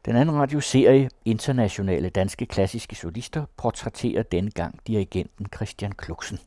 Den anden radioserie, Internationale Danske Klassiske Solister, portrætterer denne gang dirigenten Christian Kluxen.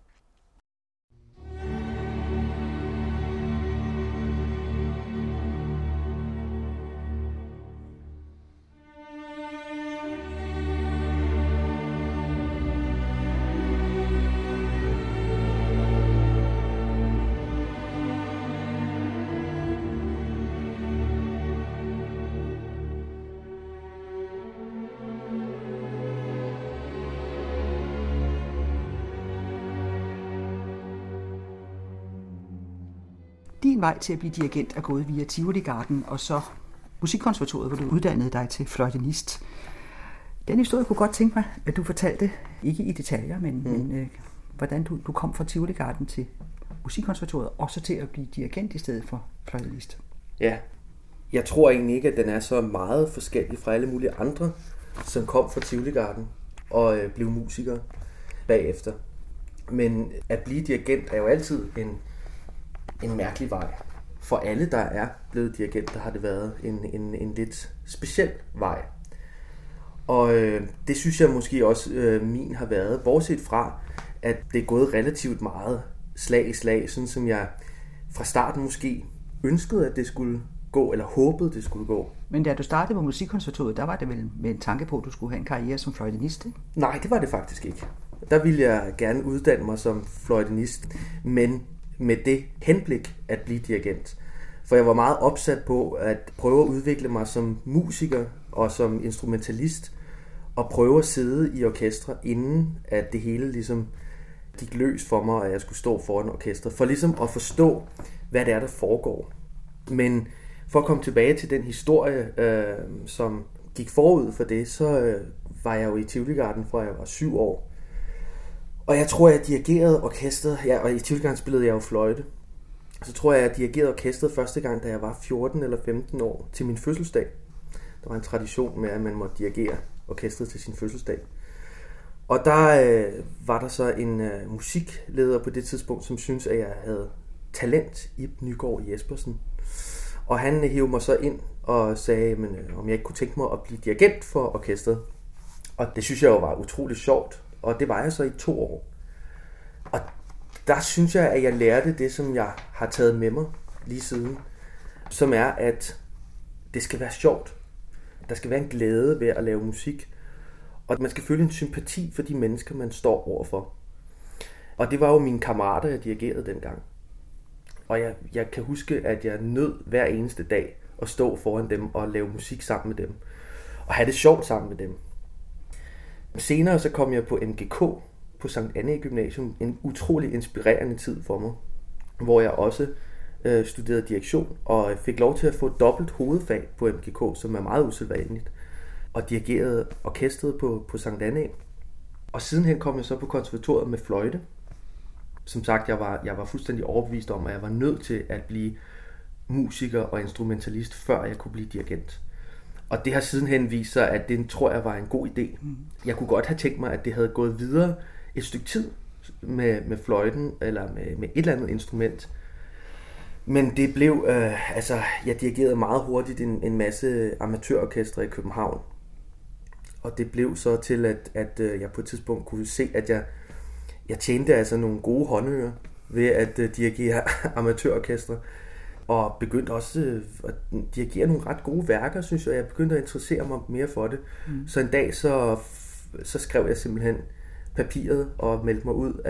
Din vej til at blive dirigent er gået via Tivoli Garden og så Musikkonservatoriet, hvor du uddannede dig til fløjtenist. Den historie kunne godt tænke mig, at du fortalte, ikke i detaljer, men hvordan du kom fra Tivoli Garden til Musikkonservatoriet, og så til at blive dirigent i stedet for fløjtenist. Ja, jeg tror egentlig ikke, at den er så meget forskellig fra alle mulige andre, som kom fra Tivoli Garden og blev musikere bagefter. Men at blive dirigent er jo altid en mærkelig vej. For alle, der er blevet dirigent, der har det været en lidt speciel vej. Og det synes jeg måske også min har været, bortset fra, at det er gået relativt meget slag i slag, sådan som jeg fra starten måske ønskede, at det skulle gå, eller håbede, det skulle gå. Men da du startede på Musikkonservatoriet, der var det vel med en tanke på, at du skulle have en karriere som fløjtenist, ikke? Nej, det var det faktisk ikke. Der ville jeg gerne uddanne mig som fløjtenist, men med det henblik at blive dirigent. For jeg var meget opsat på at prøve at udvikle mig som musiker og som instrumentalist, og prøve at sidde i orkestre, inden at det hele ligesom gik løs for mig, at jeg skulle stå foran orkestret, for ligesom at forstå, hvad det er, der foregår. Men for at komme tilbage til den historie, som gik forud for det, så var jeg jo i Tivoli Garden, fra jeg var 7 år. Og jeg tror, jeg dirigerede orkestret, og i Tivoli Garden spillede jeg jo fløjte. Så tror jeg dirigerede orkestret første gang, da jeg var 14 eller 15 år, til min fødselsdag. Der var en tradition med, at man måtte dirigere orkestret til sin fødselsdag. Og der var der så en musikleder på det tidspunkt, som syntes, at jeg havde talent, Ib Nygaard Jespersen. Og han hævde mig så ind og sagde, om jeg ikke kunne tænke mig at blive dirigent for orkestret. Og det synes jeg jo var utroligt sjovt, og det var jeg så i 2 år. Og der synes jeg, at jeg lærte det, som jeg har taget med mig lige siden, som er, at det skal være sjovt. Der skal være en glæde ved at lave musik, og man skal føle en sympati for de mennesker, man står overfor. Og det var jo mine kammerater, jeg dirigerede dengang. Og jeg kan huske, at jeg nød hver eneste dag at stå foran dem og lave musik sammen med dem. Og have det sjovt sammen med dem. Senere så kom jeg på MGK på Sankt Annæ Gymnasium. En utrolig inspirerende tid for mig. Hvor jeg også studerede direktion og fik lov til at få dobbelt hovedfag på MGK, som er meget usædvanligt. Og dirigerede orkestret på Sankt Annæ. Og sidenhen kom jeg så på konservatoriet med fløjte. Som sagt, jeg var fuldstændig overbevist om, at jeg var nødt til at blive musiker og instrumentalist, før jeg kunne blive dirigent. Og det har sidenhen vist sig, at det tror jeg var en god idé. Jeg kunne godt have tænkt mig, at det havde gået videre et stykke tid med fløjten, eller med et eller andet instrument. Men det blev, jeg dirigerede meget hurtigt en masse amatørorkestre i København. Og det blev så til, at jeg på et tidspunkt kunne se, at jeg tjente altså nogle gode håndører ved at dirigere amatørorkestre. Og begyndte også at dirigere nogle ret gode værker, synes jeg. Jeg begyndte at interessere mig mere for det. Så en dag så skrev jeg simpelthen papiret og meldte mig ud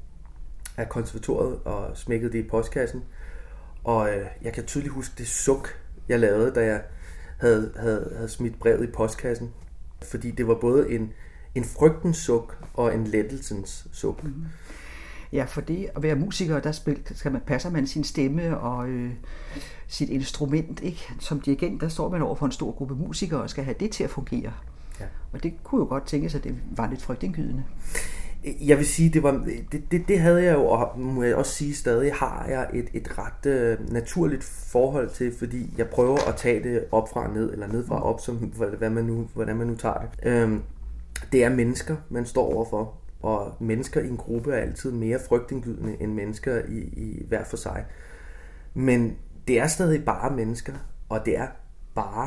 af konservatoriet og smækkede det i postkassen. Og jeg kan tydeligt huske det suk, jeg lavede, da jeg havde smidt brevet i postkassen. Fordi det var både en frygtens suk og en lettelsens suk. Ja, for det at være musiker, passer man sin stemme og sit instrument, ikke? Som dirigent, der står man over for en stor gruppe musikere og skal have det til at fungere. Ja. Og det kunne jo godt tænkes, at det var lidt frygtindgydende. Jeg vil sige, det havde jeg jo, og må jeg også sige stadig, har jeg et ret naturligt forhold til, fordi jeg prøver at tage det op fra og ned, eller ned fra op, som, hvordan man nu tager det. Det er mennesker, man står overfor, og mennesker i en gruppe er altid mere frygtindgydende end mennesker i hver for sig. Men det er stadig bare mennesker, og det er bare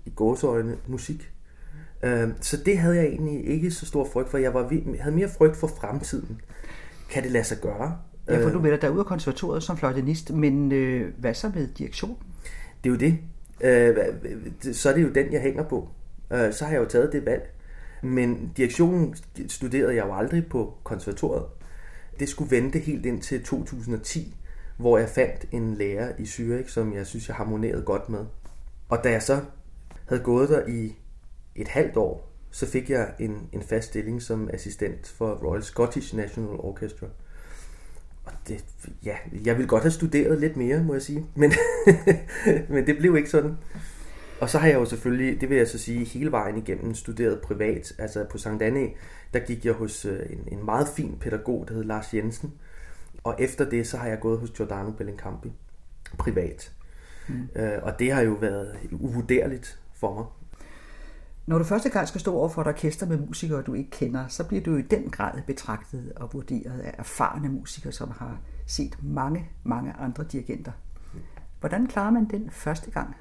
i gåseøjne musik. Så det havde jeg egentlig ikke så stor frygt for. Jeg havde mere frygt for fremtiden. Kan det lade sig gøre? Ja, for du melder dig ud af konservatoriet som fløjtenist, men hvad så med direktion? Det er jo det. Så er det jo den, jeg hænger på. Så har jeg jo taget det valg. Men direktionen studerede jeg jo aldrig på konservatoriet. Det skulle vente helt ind til 2010, hvor jeg fandt en lærer i Zürich, som jeg synes, jeg harmonerede godt med. Og da jeg så havde gået der i et halvt år, så fik jeg en fast stilling som assistent for Royal Scottish National Orchestra. Og det, ja, jeg ville godt have studeret lidt mere, må jeg sige, men, men det blev ikke sådan. Og så har jeg jo selvfølgelig, det vil jeg så sige, hele vejen igennem studeret privat. Altså på Sankt Annæ, der gik jeg hos en meget fin pædagog, der hed Lars Jensen. Og efter det, så har jeg gået hos Giordano Bellincampi privat. Og det har jo været uvurderligt for mig. Når du første gang skal stå over for et orkester med musikere, du ikke kender, så bliver du i den grad betragtet og vurderet af erfarne musikere, som har set mange, mange andre dirigenter. Hvordan klarer man den første gang?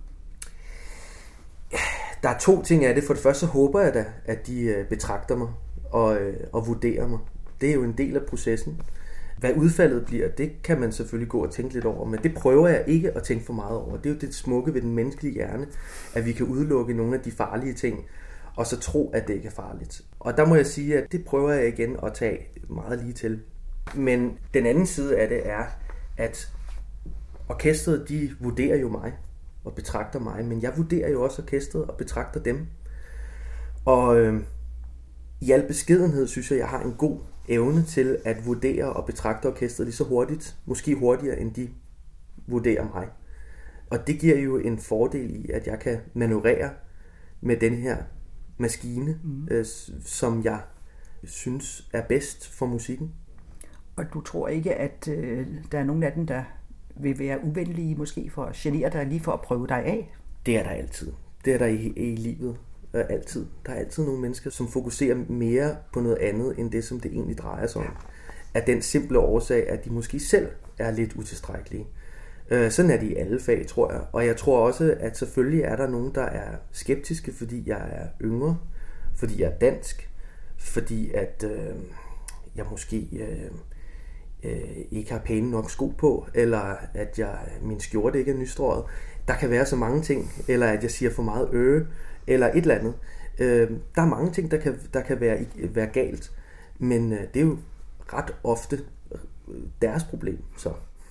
Der er 2 ting af det. For det første så håber jeg da, at de betragter mig og vurderer mig. Det er jo en del af processen. Hvad udfaldet bliver, det kan man selvfølgelig gå og tænke lidt over, men det prøver jeg ikke at tænke for meget over. Det er jo det smukke ved den menneskelige hjerne, at vi kan udelukke nogle af de farlige ting, og så tro, at det ikke er farligt. Og der må jeg sige, at det prøver jeg igen at tage meget lige til. Men den anden side af det er, at orkestret, de vurderer jo mig og betragter mig, men jeg vurderer jo også orkestret og betragter dem. Og i al beskedenhed synes jeg har en god evne til at vurdere og betragte orkestret lige så hurtigt, måske hurtigere end de vurderer mig. Og det giver jo en fordel i, at jeg kan manøvrere med den her maskine, som jeg synes er bedst for musikken. Og du tror ikke, at der er nogen af dem, der vil være uvenlige måske for at genere dig, lige for at prøve dig af? Det er der altid. Det er der i livet. Altid. Der er altid nogle mennesker, som fokuserer mere på noget andet, end det, som det egentlig drejer sig om. Af den simple årsag, at de måske selv er lidt utilstrækkelige. Sådan er det i alle fag, tror jeg. Og jeg tror også, at selvfølgelig er der nogen, der er skeptiske, fordi jeg er yngre, fordi jeg er dansk, fordi at jeg måske ikke har pæne nok sko på, eller at min skjorte ikke er nystrøget. Der kan være så mange ting, eller at jeg siger for meget eller et eller andet. Der er mange ting, der kan være galt, men det er jo ret ofte deres problem. Så.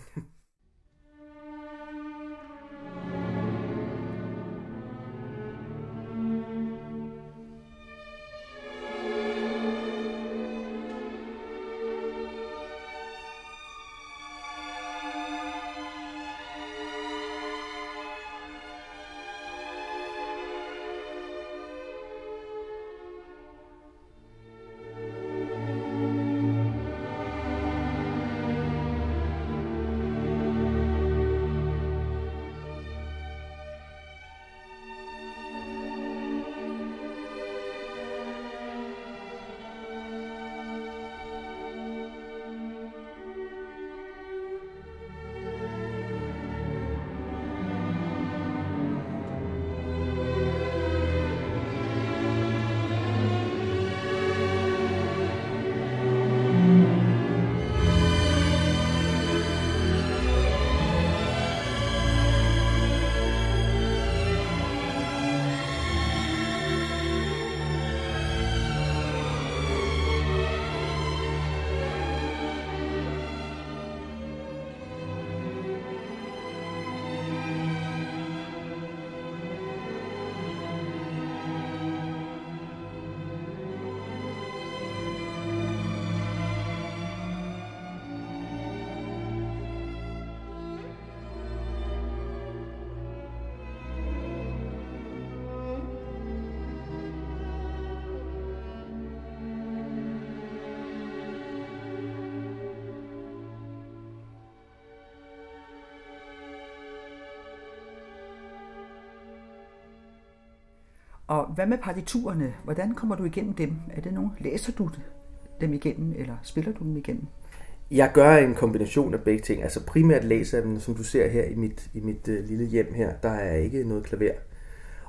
Og hvad med partiturerne? Hvordan kommer du igennem dem? Er det nogen? Læser du dem igennem, eller spiller du dem igennem? Jeg gør en kombination af begge ting. Altså primært læser jeg dem, som du ser her i mit lille hjem her. Der er ikke noget klaver.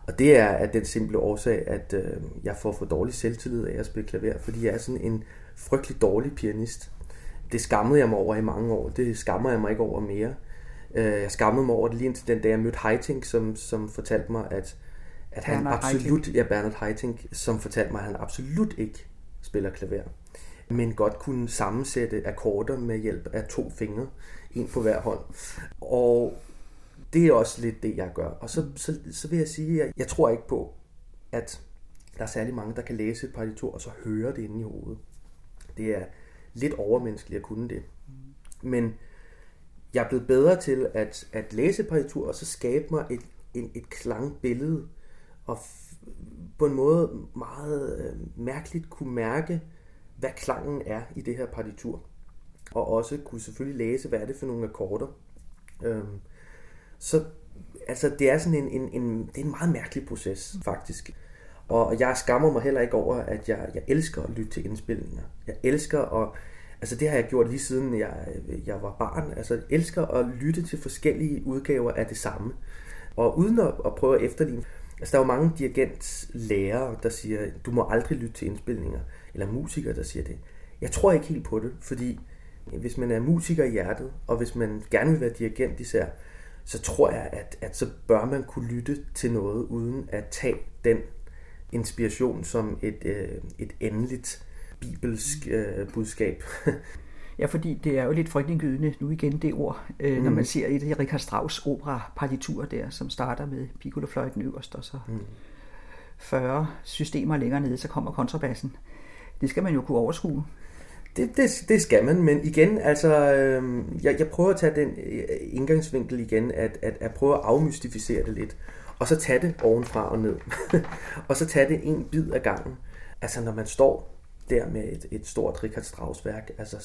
Og det er af den simple årsag, at jeg får for dårlig selvtillid af at spille klaver, fordi jeg er sådan en frygtelig dårlig pianist. Det skammede jeg mig over i mange år. Det skammer jeg mig ikke over mere. Jeg skammede mig over det lige indtil den dag, jeg mødte Haitink, som fortalte mig, at han Bernard Haitink, som fortalte mig, at han absolut ikke spiller klaver, men godt kunne sammensætte akkorder med hjælp af 2 fingre, en på hver hånd. Og det er også lidt det, jeg gør. Og så vil jeg sige, at jeg tror ikke på, at der er særlig mange, der kan læse et partitur, og så høre det inde i hovedet. Det er lidt overmenneskeligt at kunne det. Men jeg er blevet bedre til at læse et partitur, og så skabe mig et klangbillede, og på en måde meget mærkeligt kunne mærke, hvad klangen er i det her partitur. Og også kunne selvfølgelig læse, hvad er det for nogle akkorder. Så altså, det er sådan det er en meget mærkelig proces, faktisk. Og jeg skammer mig heller ikke over, at jeg elsker at lytte til indspilninger. Jeg elsker at... Altså det har jeg gjort lige siden jeg var barn. Altså jeg elsker at lytte til forskellige udgaver af det samme. Og uden at prøve at efterligne. Altså der er jo mange dirigentslærere, der siger, du må aldrig lytte til indspilninger. Eller musikere, der siger det. Jeg tror ikke helt på det, fordi hvis man er musiker i hjertet, og hvis man gerne vil være dirigent især, så tror jeg, at så bør man kunne lytte til noget, uden at tage den inspiration som et endeligt bibelsk budskab. Ja, fordi det er jo lidt frygtindgydende nu igen det ord, når man ser i det Richard Strauss opera-partitur der, som starter med piccolofløjten øverst, og så 40 systemer længere nede, så kommer kontrabassen. Det skal man jo kunne overskue. Det skal man, men igen, altså, jeg prøver at tage den indgangsvinkel igen, at prøve at afmystificere det lidt, og så tage det ovenfra og ned, og så tage det en bid af gangen. Altså, når man står der med et stort Richard Strauss-værk, altså,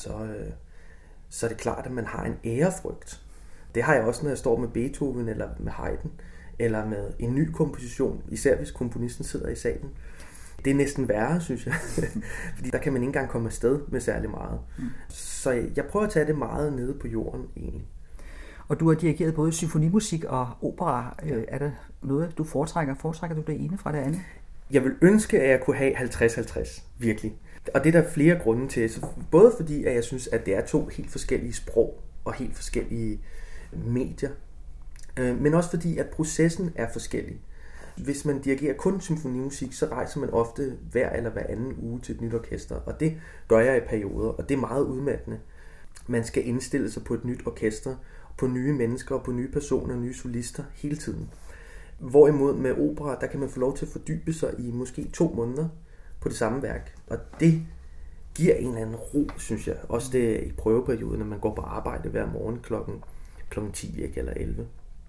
så er det klart, at man har en ærefrygt. Det har jeg også, når jeg står med Beethoven, eller med Haydn, eller med en ny komposition, især hvis komponisten sidder i salen. Det er næsten værre, synes jeg. Fordi der kan man ikke engang komme afsted med særlig meget. Så jeg prøver at tage det meget nede på jorden, egentlig. Og du har dirigeret både symfonimusik og opera. Er der noget, du foretrækker? Foretrækker du det ene fra det andet? Jeg vil ønske, at jeg kunne have 50-50, virkelig. Og det er der flere grunde til. Både fordi, at jeg synes, at det er 2 helt forskellige sprog og helt forskellige medier. Men også fordi, at processen er forskellig. Hvis man dirigerer kun symfonimusik, så rejser man ofte hver eller hver anden uge til et nyt orkester. Og det gør jeg i perioder, og det er meget udmattende. Man skal indstille sig på et nyt orkester, på nye mennesker, på nye personer, nye solister hele tiden. Hvorimod med opera, der kan man få lov til at fordybe sig i måske 2 måneder på det samme værk. Og det giver en eller anden ro, synes jeg. Også det i prøveperioden, når man går på arbejde hver morgen klokken 10 eller 11.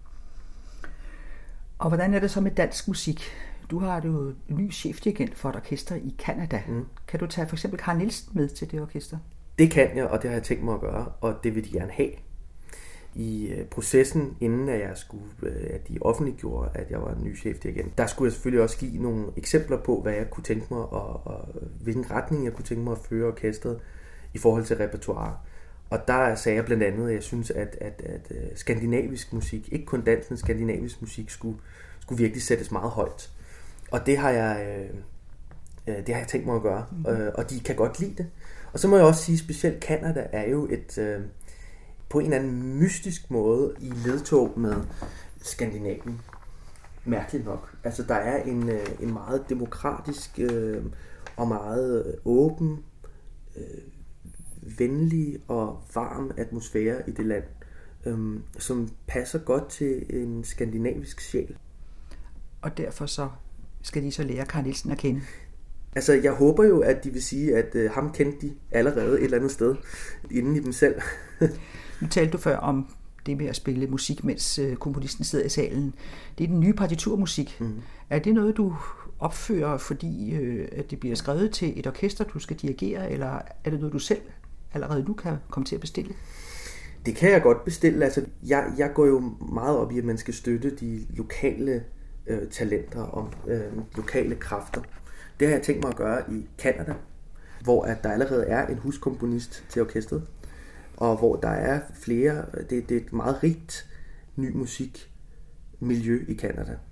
Og hvordan er det så med dansk musik? Du har jo en ny chefdirigent for et orkester i Canada. Kan du tage for eksempel Carl Nielsen med til det orkester? Det kan jeg, og det har jeg tænkt mig at gøre, og det vil de gerne have. I processen, inden at de offentliggjorde, at jeg var en ny chefdirigent, der skulle jeg selvfølgelig også give nogle eksempler på, hvad jeg kunne tænke mig, og hvilken retning jeg kunne tænke mig at føre orkestret i forhold til repertoire. Og der sagde jeg blandt andet, at jeg synes, at skandinavisk musik, ikke kun dansk, men skandinavisk musik, skulle virkelig sættes meget højt. Og det har jeg tænkt mig at gøre, og de kan godt lide det. Og så må jeg også sige, specielt Canada er jo på en eller anden mystisk måde i ledtog med Skandinavien. Mærkeligt nok. Altså der er en meget demokratisk og meget åben, venlig og varm atmosfære i det land, som passer godt til en skandinavisk sjæl. Og derfor så skal de så lære Carl Nielsen at kende? Altså, jeg håber jo, at de vil sige, at ham kendte de allerede et eller andet sted, inden i dem selv. Nu talte du før om det med at spille musik, mens komponisten sidder i salen. Det er den nye partiturmusik. Er det noget, du opfører, fordi at det bliver skrevet til et orkester, du skal dirigere, eller er det noget, du selv allerede nu kan komme til at bestille? Det kan jeg godt bestille. Altså, jeg går jo meget op i, at man skal støtte de lokale talenter og lokale kræfter. Det har jeg tænkt mig at gøre i Canada, hvor at der allerede er en huskomponist til orkestret, og hvor der er flere. Det er et meget rigt ny musikmiljø i Canada.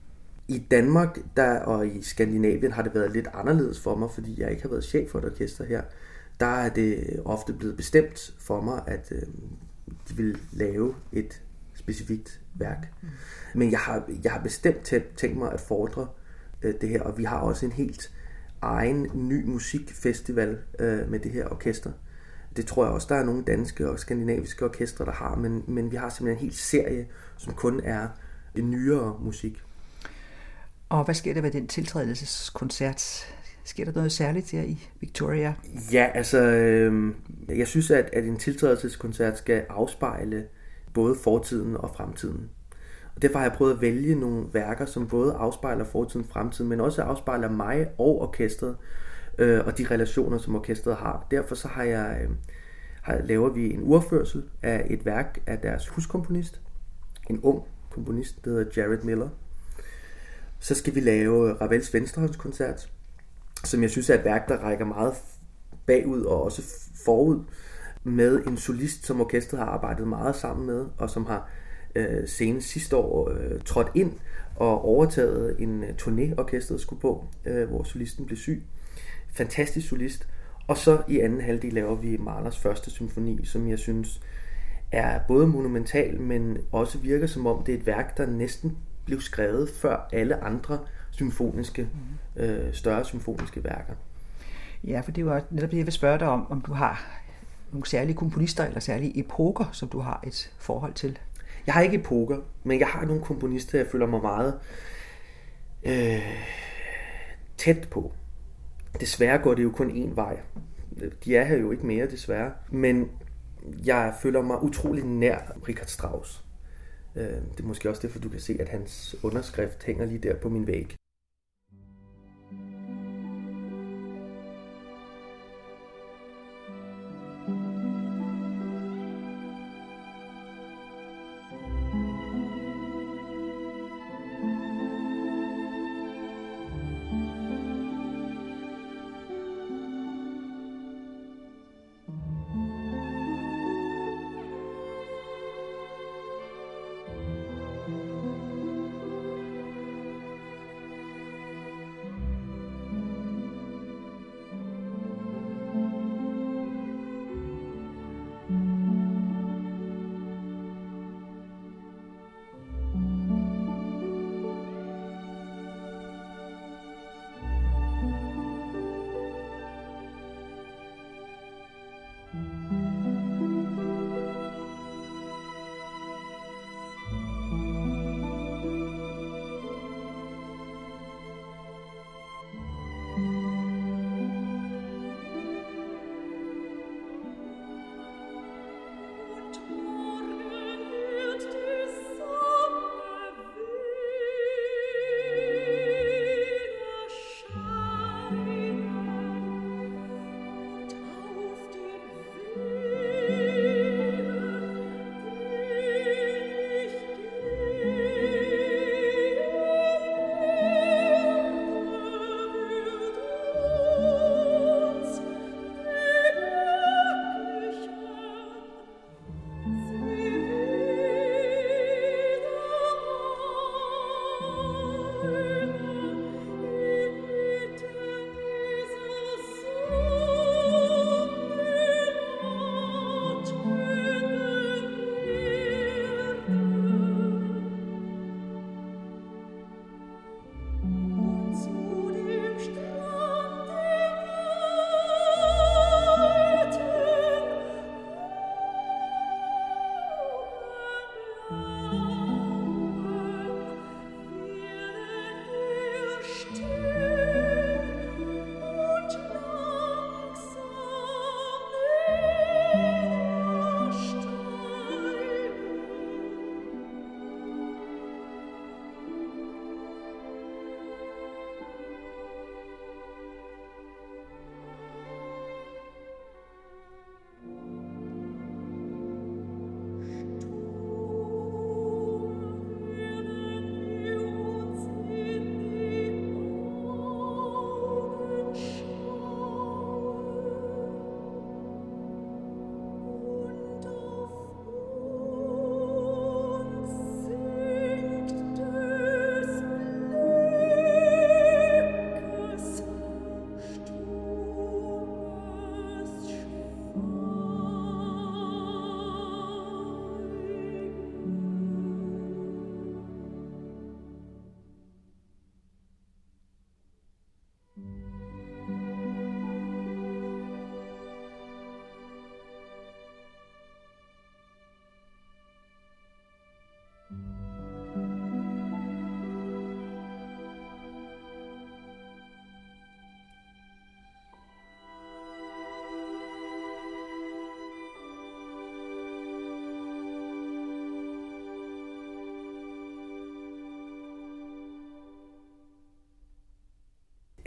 I Danmark og i Skandinavien har det været lidt anderledes for mig, fordi jeg ikke har været chef for et orkester her. Der er det ofte blevet bestemt for mig, at de vil lave et specifikt værk. Men jeg har bestemt tænkt mig at fordre det her, og vi har også en helt egen ny musikfestival med det her orkester. Det tror jeg også, der er nogle danske og skandinaviske orkestre, der har, men vi har simpelthen en hel serie, som kun er en nyere musik. Og hvad sker der ved den tiltrædelseskoncert? Sker der noget særligt her i Victoria? Ja, altså, jeg synes, at en tiltrædelseskoncert skal afspejle både fortiden og fremtiden. Og derfor har jeg prøvet at vælge nogle værker, som både afspejler fortiden og fremtiden, men også afspejler mig og orkestret, og de relationer, som orkestret har. Derfor så laver vi en urførsel af et værk af deres huskomponist, en ung komponist, der hedder Jared Miller. Så skal vi lave Ravels venstrehåndskoncert, som jeg synes er et værk, der rækker meget bagud og også forud, med en solist, som orkestret har arbejdet meget sammen med, og som har senest sidste år trådt ind og overtaget en turné, orkestret skulle på, hvor solisten blev syg. Fantastisk solist. Og så i anden halvdel laver vi Mahlers første symfoni, som jeg synes er både monumental, men også virker som om det er et værk, der næsten blev skrevet før alle andre større symfoniske værker. Ja, for det var netop det, jeg vil spørge dig om du har nogle særlige komponister eller særlige epoker, som du har et forhold til. Jeg har ikke epoker, men jeg har nogle komponister, jeg føler mig meget tæt på. Desværre går det jo kun én vej. De er her jo ikke mere, desværre. Men jeg føler mig utrolig nær Richard Strauss. Det er måske også derfor, du kan se, at hans underskrift hænger lige der på min væg.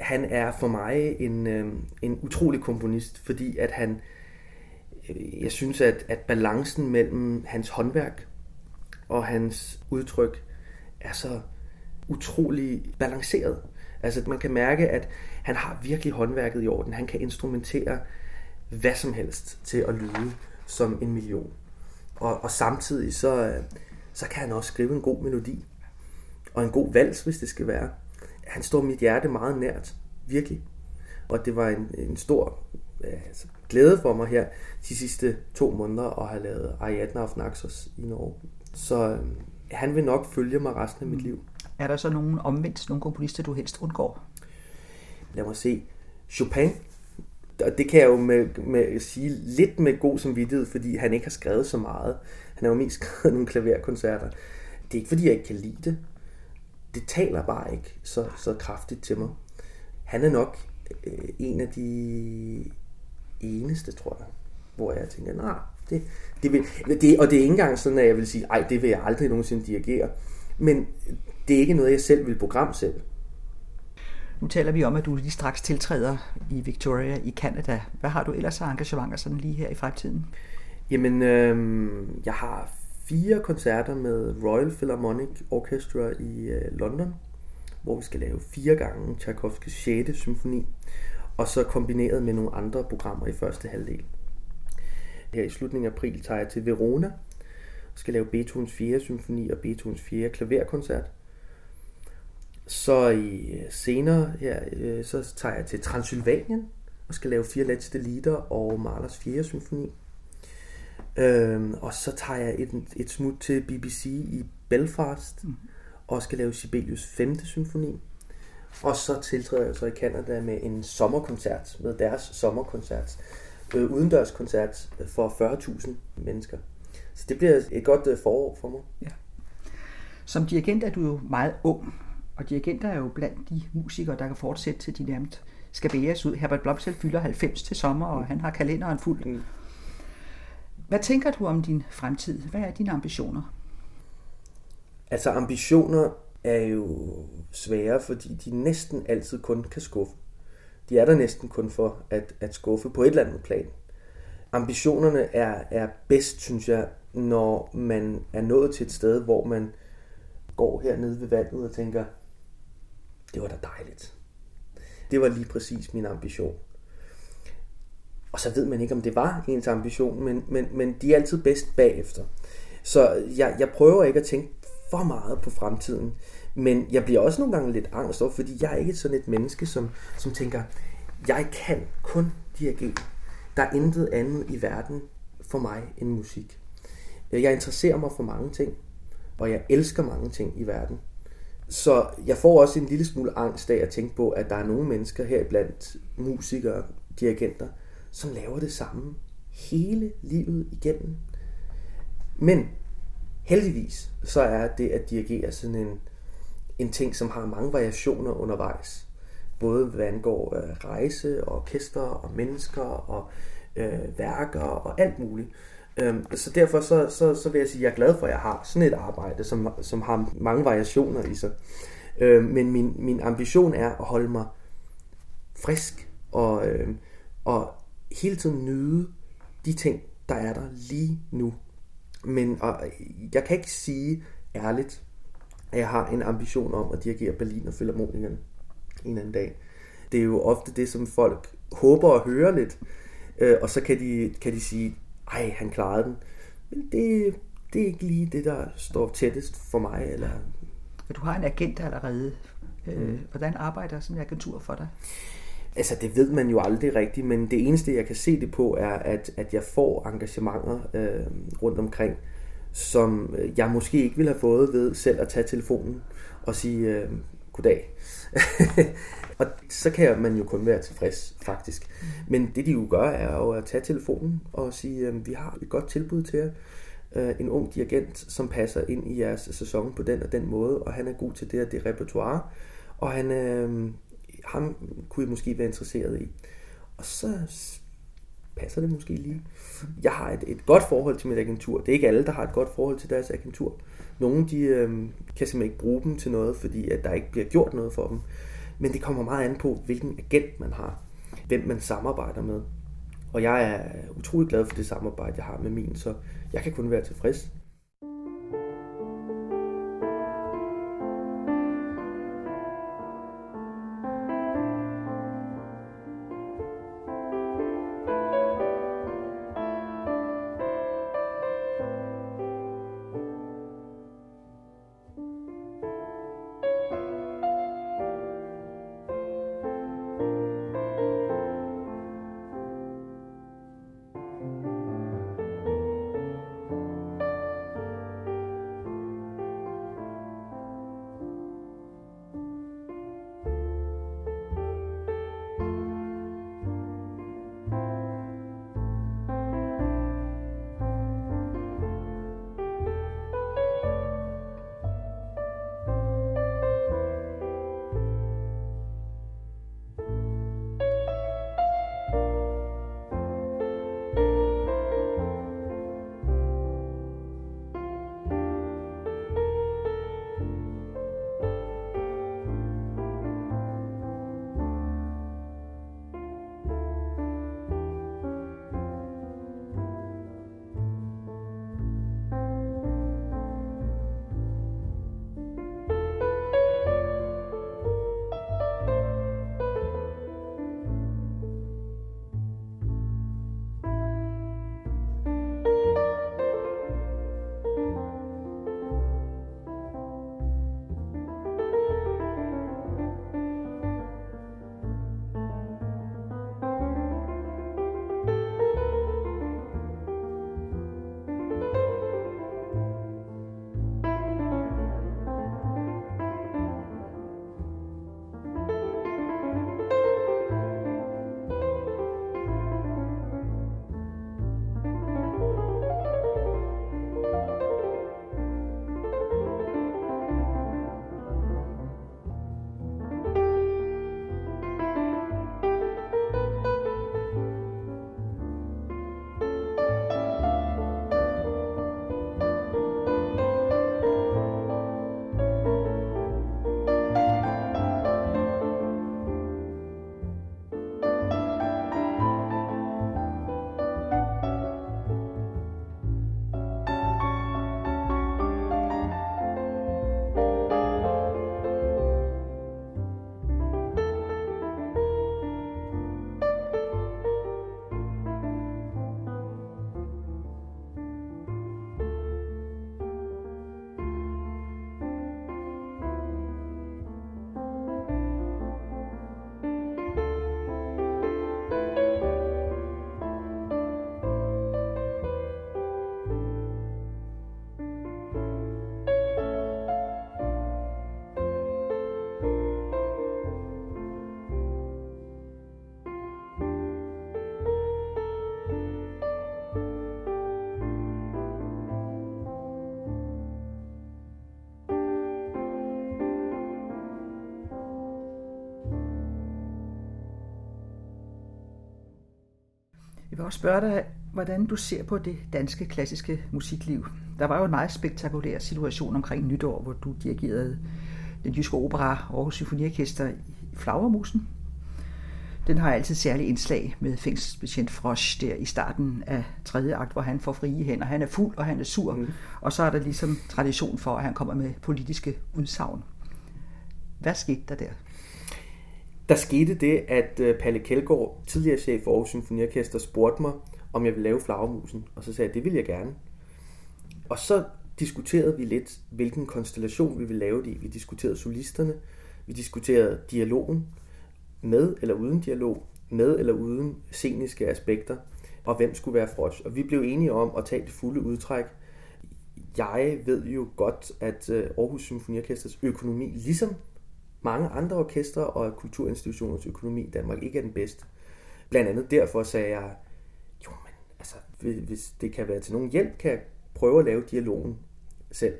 han er for mig en utrolig komponist, fordi at jeg synes, at balancen mellem hans håndværk og hans udtryk er så utrolig balanceret. Altså man kan mærke, at han har virkelig håndværket i orden. Han kan instrumentere hvad som helst til at lyde som en million. Og samtidig så kan han også skrive en god melodi. Og en god vals, hvis det skal være. Han står mit hjerte meget nært. Virkelig. Og det var en stor glæde for mig her de sidste 2 måneder at have lavet Ariadne af Naxos i Norge. Så han vil nok følge mig resten af mit liv. Er der så nogle komponister, du helst undgår? Lad mig se. Chopin. Og det kan jeg jo med sige lidt med god samvittighed, fordi han ikke har skrevet så meget. Han har jo mest skrevet nogle klaverkoncerter. Det er ikke fordi jeg ikke kan lide det. Det taler bare ikke så kraftigt til mig. Han er nok en af de eneste, tror jeg, hvor jeg tænker, nej, og det er ikke engang sådan, at jeg vil sige, ej, det vil jeg aldrig nogensinde dirigere. Men det er ikke noget, jeg selv vil programsætte. Nu taler vi om, at du lige straks tiltræder i Victoria i Canada. Hvad har du ellers af engagementer sådan lige her i fremtiden? Jamen, jeg har 4 koncerter med Royal Philharmonic Orchestra i London, hvor vi skal lave 4 gange Tchaikovskys 6. symfoni, og så kombineret med nogle andre programmer i første halvdel. Her i slutningen af april tager jeg til Verona og skal lave Beethovens 4. symfoni og Beethovens 4. klaverkoncert. Så senere her, så tager jeg til Transylvanien og skal lave 4 letzte Lieder og Mahlers 4. symfoni. Og så tager jeg et smut til BBC i Belfast og skal lave Sibelius 5. symfoni. Og så tiltræder jeg så i Canada med en sommerkoncert, med deres sommerkoncert, udendørskoncert for 40.000 mennesker. Så det bliver et godt forår for mig. Ja. Som dirigent er du jo meget ung, og dirigenter er jo blandt de musikere, der kan fortsætte til de nærmest skal bæres ud. Herbert Blomstedt fylder 90 til sommer, og han har kalenderen fuld. Hvad tænker du om din fremtid? Hvad er dine ambitioner? Altså ambitioner er jo svære, fordi de næsten altid kun kan skuffe. De er der næsten kun for at skuffe på et eller andet plan. Ambitionerne er bedst, synes jeg, når man er nået til et sted, hvor man går hernede ved vandet og tænker, det var da dejligt. Det var lige præcis min ambition. Og så ved man ikke, om det var ens ambition, men de er altid bedst bagefter. Så jeg prøver ikke at tænke for meget på fremtiden, men jeg bliver også nogle gange lidt angst over, fordi jeg er ikke sådan et menneske, som tænker, jeg kan kun dirigere. Der er intet andet i verden for mig end musik. Jeg interesserer mig for mange ting, og jeg elsker mange ting i verden. Så jeg får også en lille smule angst af at tænke på, at der er nogle mennesker heriblandt musikere, dirigenter, som laver det samme hele livet igennem. Men heldigvis så er det at dirigere sådan en ting, som har mange variationer undervejs. Både hvad angår rejse, og orkester, og mennesker, og værker, og alt muligt. Så derfor så vil jeg sige, at jeg er glad for, at jeg har sådan et arbejde, som har mange variationer i sig. Men min ambition er at holde mig frisk, og hele tiden nyde de ting, der er der lige nu. Men jeg kan ikke sige ærligt, at jeg har en ambition om at dirigere Berliner Philharmonikerne en anden dag. Det er jo ofte det, som folk håber at høre lidt, og så kan de sige, ej, han klarede den. Men det er ikke lige det, der står tættest for mig. Eller... Du har en agent allerede. Hvordan arbejder sådan en agentur for dig? Altså, det ved man jo aldrig rigtigt, men det eneste, jeg kan se det på, er, at jeg får engagementer rundt omkring, som jeg måske ikke ville have fået ved selv at tage telefonen og sige goddag. Og så kan man jo kun være tilfreds, faktisk. Men det, de jo gør, er jo at tage telefonen og sige, vi har et godt tilbud til jer. En ung dirigent, som passer ind i jeres sæson på den og den måde, og han er god til det og det repertoire, og ham kunne I måske være interesseret i. Og så passer det måske lige. Jeg har et godt forhold til mit agentur. Det er ikke alle, der har et godt forhold til deres agentur. Nogle, de kan simpelthen ikke bruge dem til noget, fordi at der ikke bliver gjort noget for dem. Men det kommer meget an på, hvilken agent man har, hvem man samarbejder med. Og jeg er utrolig glad for det samarbejde, jeg har med min, så jeg kan kun være tilfreds. Jeg vil også spørge dig, hvordan du ser på det danske klassiske musikliv. Der var jo en meget spektakulær situation omkring nytår, hvor du dirigerede den Jyske Opera Aarhus Symfoniorkester i Flagermusen. Den har altid særlig indslag med fængselsbetjent Frosch der i starten af 3. akt, hvor han får frie hænder. Han er fuld, og han er sur, og så er der ligesom tradition for, at han kommer med politiske udsagn. Hvad skete der der? Der skete det, at Palle Kjeldgaard, tidligere chef for Aarhus Symfoniorkester, spurgte mig, om jeg ville lave Flagermusen, og så sagde jeg, det vil jeg gerne. Og så diskuterede vi lidt, hvilken konstellation vi ville lave det i. Vi diskuterede solisterne, vi diskuterede dialogen, med eller uden dialog, med eller uden sceniske aspekter, og hvem skulle være Frosch. Og vi blev enige om at tage det fulde udtræk. Jeg ved jo godt, at Aarhus Symfoniorkesters økonomi, ligesom mange andre orkestre og kulturinstitutioners økonomi i Danmark, ikke er den bedste. Blandt andet derfor sagde jeg, jo, men altså, hvis det kan være til nogen hjælp, kan jeg prøve at lave dialogen selv.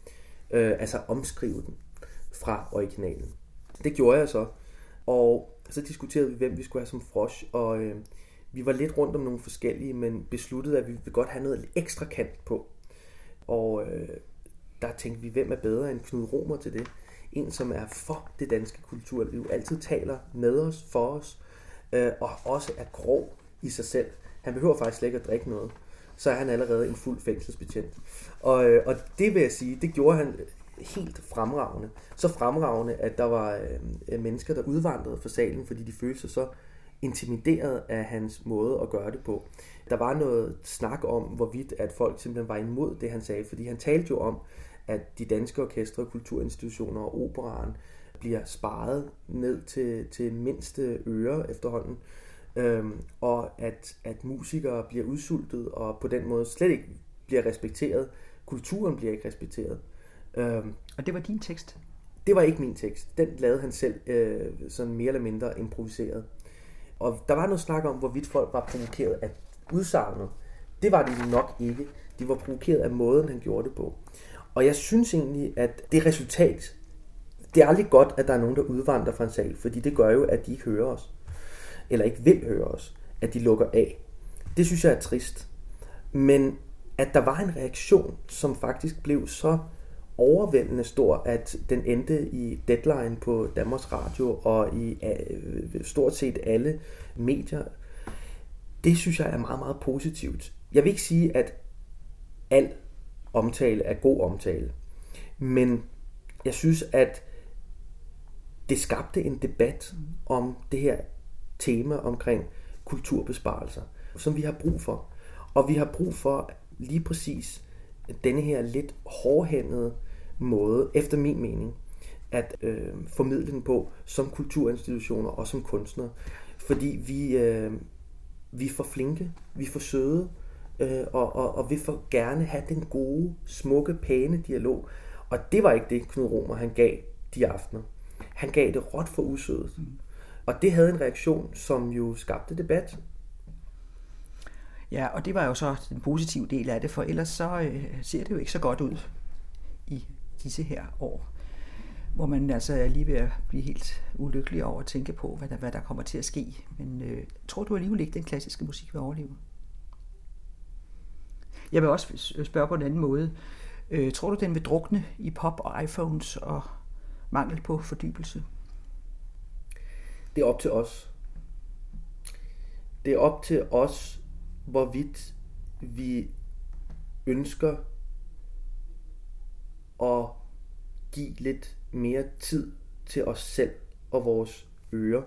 Altså omskrive den fra originalen. Det gjorde jeg så, og så diskuterede vi, hvem vi skulle have som Frosch, og vi var lidt rundt om nogle forskellige, men besluttede, at vi ville godt have noget ekstra kant på. Og der tænkte vi, hvem er bedre end Knud Romer til det? en, som er for det danske kulturliv, altid taler med os, for os, og også er grov i sig selv. Han behøver faktisk slet ikke at drikke noget, så er han allerede en fuld fængselsbetjent. Og det vil jeg sige, det gjorde han helt fremragende. Så fremragende, at der var mennesker, der udvandrede fra salen, fordi de følte sig så intimideret af hans måde at gøre det på. Der var noget snak om, hvorvidt at folk simpelthen var imod det, han sagde, fordi han talte jo om, at de danske orkestre, kulturinstitutioner og operaen bliver sparet ned til mindste øre efterhånden, og at musikere bliver udsultet og på den måde slet ikke bliver respekteret. Kulturen bliver ikke respekteret. Og det var din tekst? Det var ikke min tekst. Den lavede han selv sådan mere eller mindre improviseret. Og der var noget snak om, hvorvidt folk var provokeret af udsagnet. Det var de nok ikke. De var provokeret af måden, han gjorde det på. Og jeg synes egentlig, at det resultat, det er aldrig godt, at der er nogen, der udvandrer fra en sal, fordi det gør jo, at de ikke hører os. Eller ikke vil høre os. At de lukker af. Det synes jeg er trist. Men at der var en reaktion, som faktisk blev så overvældende stor, at den endte i Deadline på Danmarks Radio og i stort set alle medier. Det synes jeg er meget, meget positivt. Jeg vil ikke sige, at al omtale er god omtale, men jeg synes, at det skabte en debat om det her tema omkring kulturbesparelser, som vi har brug for. Og vi har brug for lige præcis denne her lidt hårdhændede måde, efter min mening, at formidle den på som kulturinstitutioner og som kunstnere. Fordi vi er for flinke, vi er for søde, og vi får gerne have den gode, smukke, pæne dialog. Og det var ikke det, Knud Romer han gav de aftener. Han gav det råt for usødet. Og det havde en reaktion, som jo skabte debat. Ja, og det var jo så den positive del af det, for ellers så ser det jo ikke så godt ud i disse her år, hvor man altså er lige ved at blive helt ulykkelig over at tænke på, hvad der kommer til at ske. Men tror du alligevel ikke, den klassiske musik vil overleve? Jeg vil også spørge på en anden måde. Tror du, den vil drukne i pop og iPhones og mangel på fordybelse? Det er op til os. Det er op til os, hvorvidt vi ønsker at give lidt mere tid til os selv og vores ører.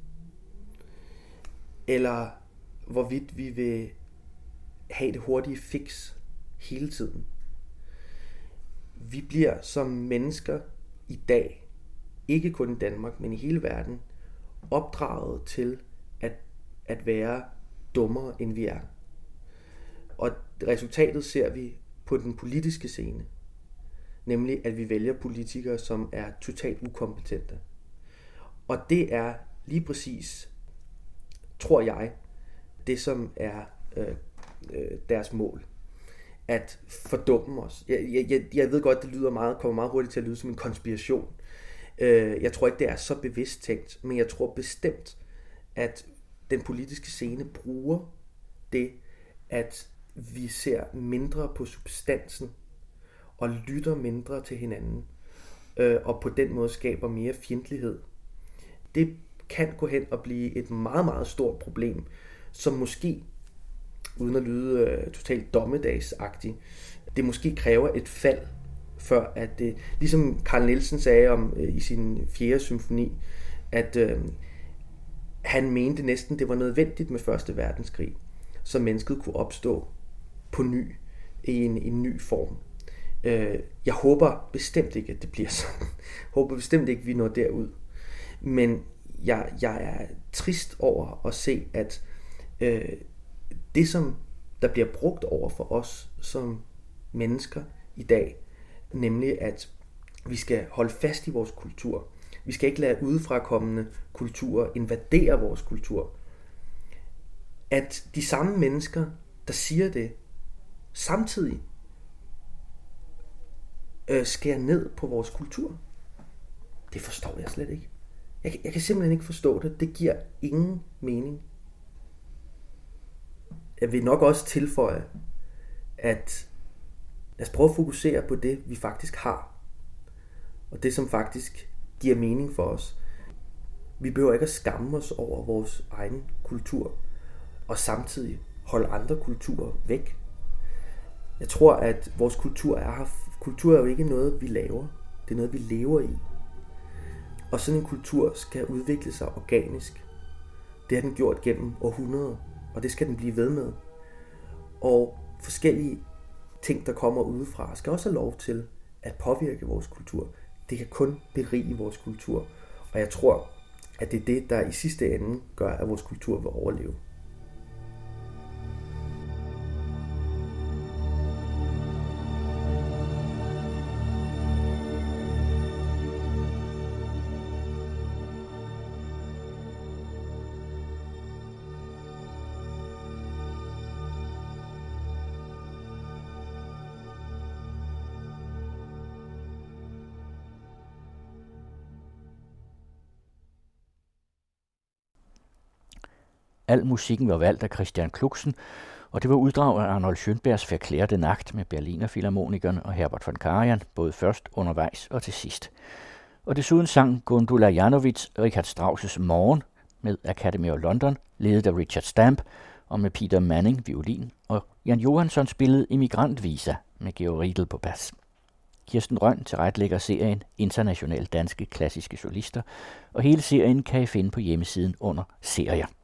Eller hvorvidt vi vil have det hurtige fix hele tiden. Vi bliver som mennesker i dag, ikke kun i Danmark, men i hele verden, opdraget til at være dummere, end vi er. Og resultatet ser vi på den politiske scene. Nemlig, at vi vælger politikere, som er totalt ukompetente. Og det er lige præcis, tror jeg, det som er deres mål. At fordumme os. Jeg ved godt, det kommer meget hurtigt til at lyde som en konspiration. Jeg tror ikke, det er så bevidst tænkt, men jeg tror bestemt, at den politiske scene bruger det, at vi ser mindre på substansen og lytter mindre til hinanden, og på den måde skaber mere fjendtlighed. Det kan gå hen og blive et meget, meget stort problem, som måske, uden at lyde totalt dommedagsagtigt, det måske kræver et fald, før at det, ligesom Carl Nielsen sagde om i sin 4. symfoni, at han mente næsten, det var nødvendigt med 1. verdenskrig, så mennesket kunne opstå på ny, i en ny form. Jeg håber bestemt ikke, at det bliver sådan. Jeg håber bestemt ikke, at vi når derud. Men jeg er trist over at se, at det, som der bliver brugt over for os som mennesker i dag, nemlig at vi skal holde fast i vores kultur. Vi skal ikke lade udefrakommende kulturer invadere vores kultur. At de samme mennesker, der siger det, samtidig skærer ned på vores kultur. Det forstår jeg slet ikke. Jeg kan simpelthen ikke forstå det. Det giver ingen mening. Jeg vil nok også tilføje, at lad os prøve at fokusere på det, vi faktisk har. og det som faktisk giver mening for os. Vi behøver ikke at skamme os over vores egen kultur, og samtidig holde andre kulturer væk. Jeg tror, at vores kultur er her. Kultur er jo ikke noget, vi laver. Det er noget, vi lever i. Og sådan en kultur skal udvikle sig organisk. Det har den gjort gennem århundreder, og det skal den blive ved med. Og forskellige ting, der kommer udefra, skal også have lov til at påvirke vores kultur. Det kan kun berige vores kultur. Og jeg tror, at det er det, der i sidste ende gør, at vores kultur vil overleve. Al musikken var valgt af Christian Kluxen, og det var uddrag af Arnold Schönbergs Verklärte Nacht med Berliner Philharmonikerne og Herbert von Karajan, både først, undervejs og til sidst. Og desuden sang Gundula Janowitz Richard Strauss' Morgen med Academy of London, ledet af Richard Stamp, og med Peter Manning, violin, og Jan Johansson spillede Immigrantvisa med Georg Riedel på bas. Kirsten Rønn tilrettelægger serien Internationale Danske Klassiske Solister, og hele serien kan I finde på hjemmesiden under serier.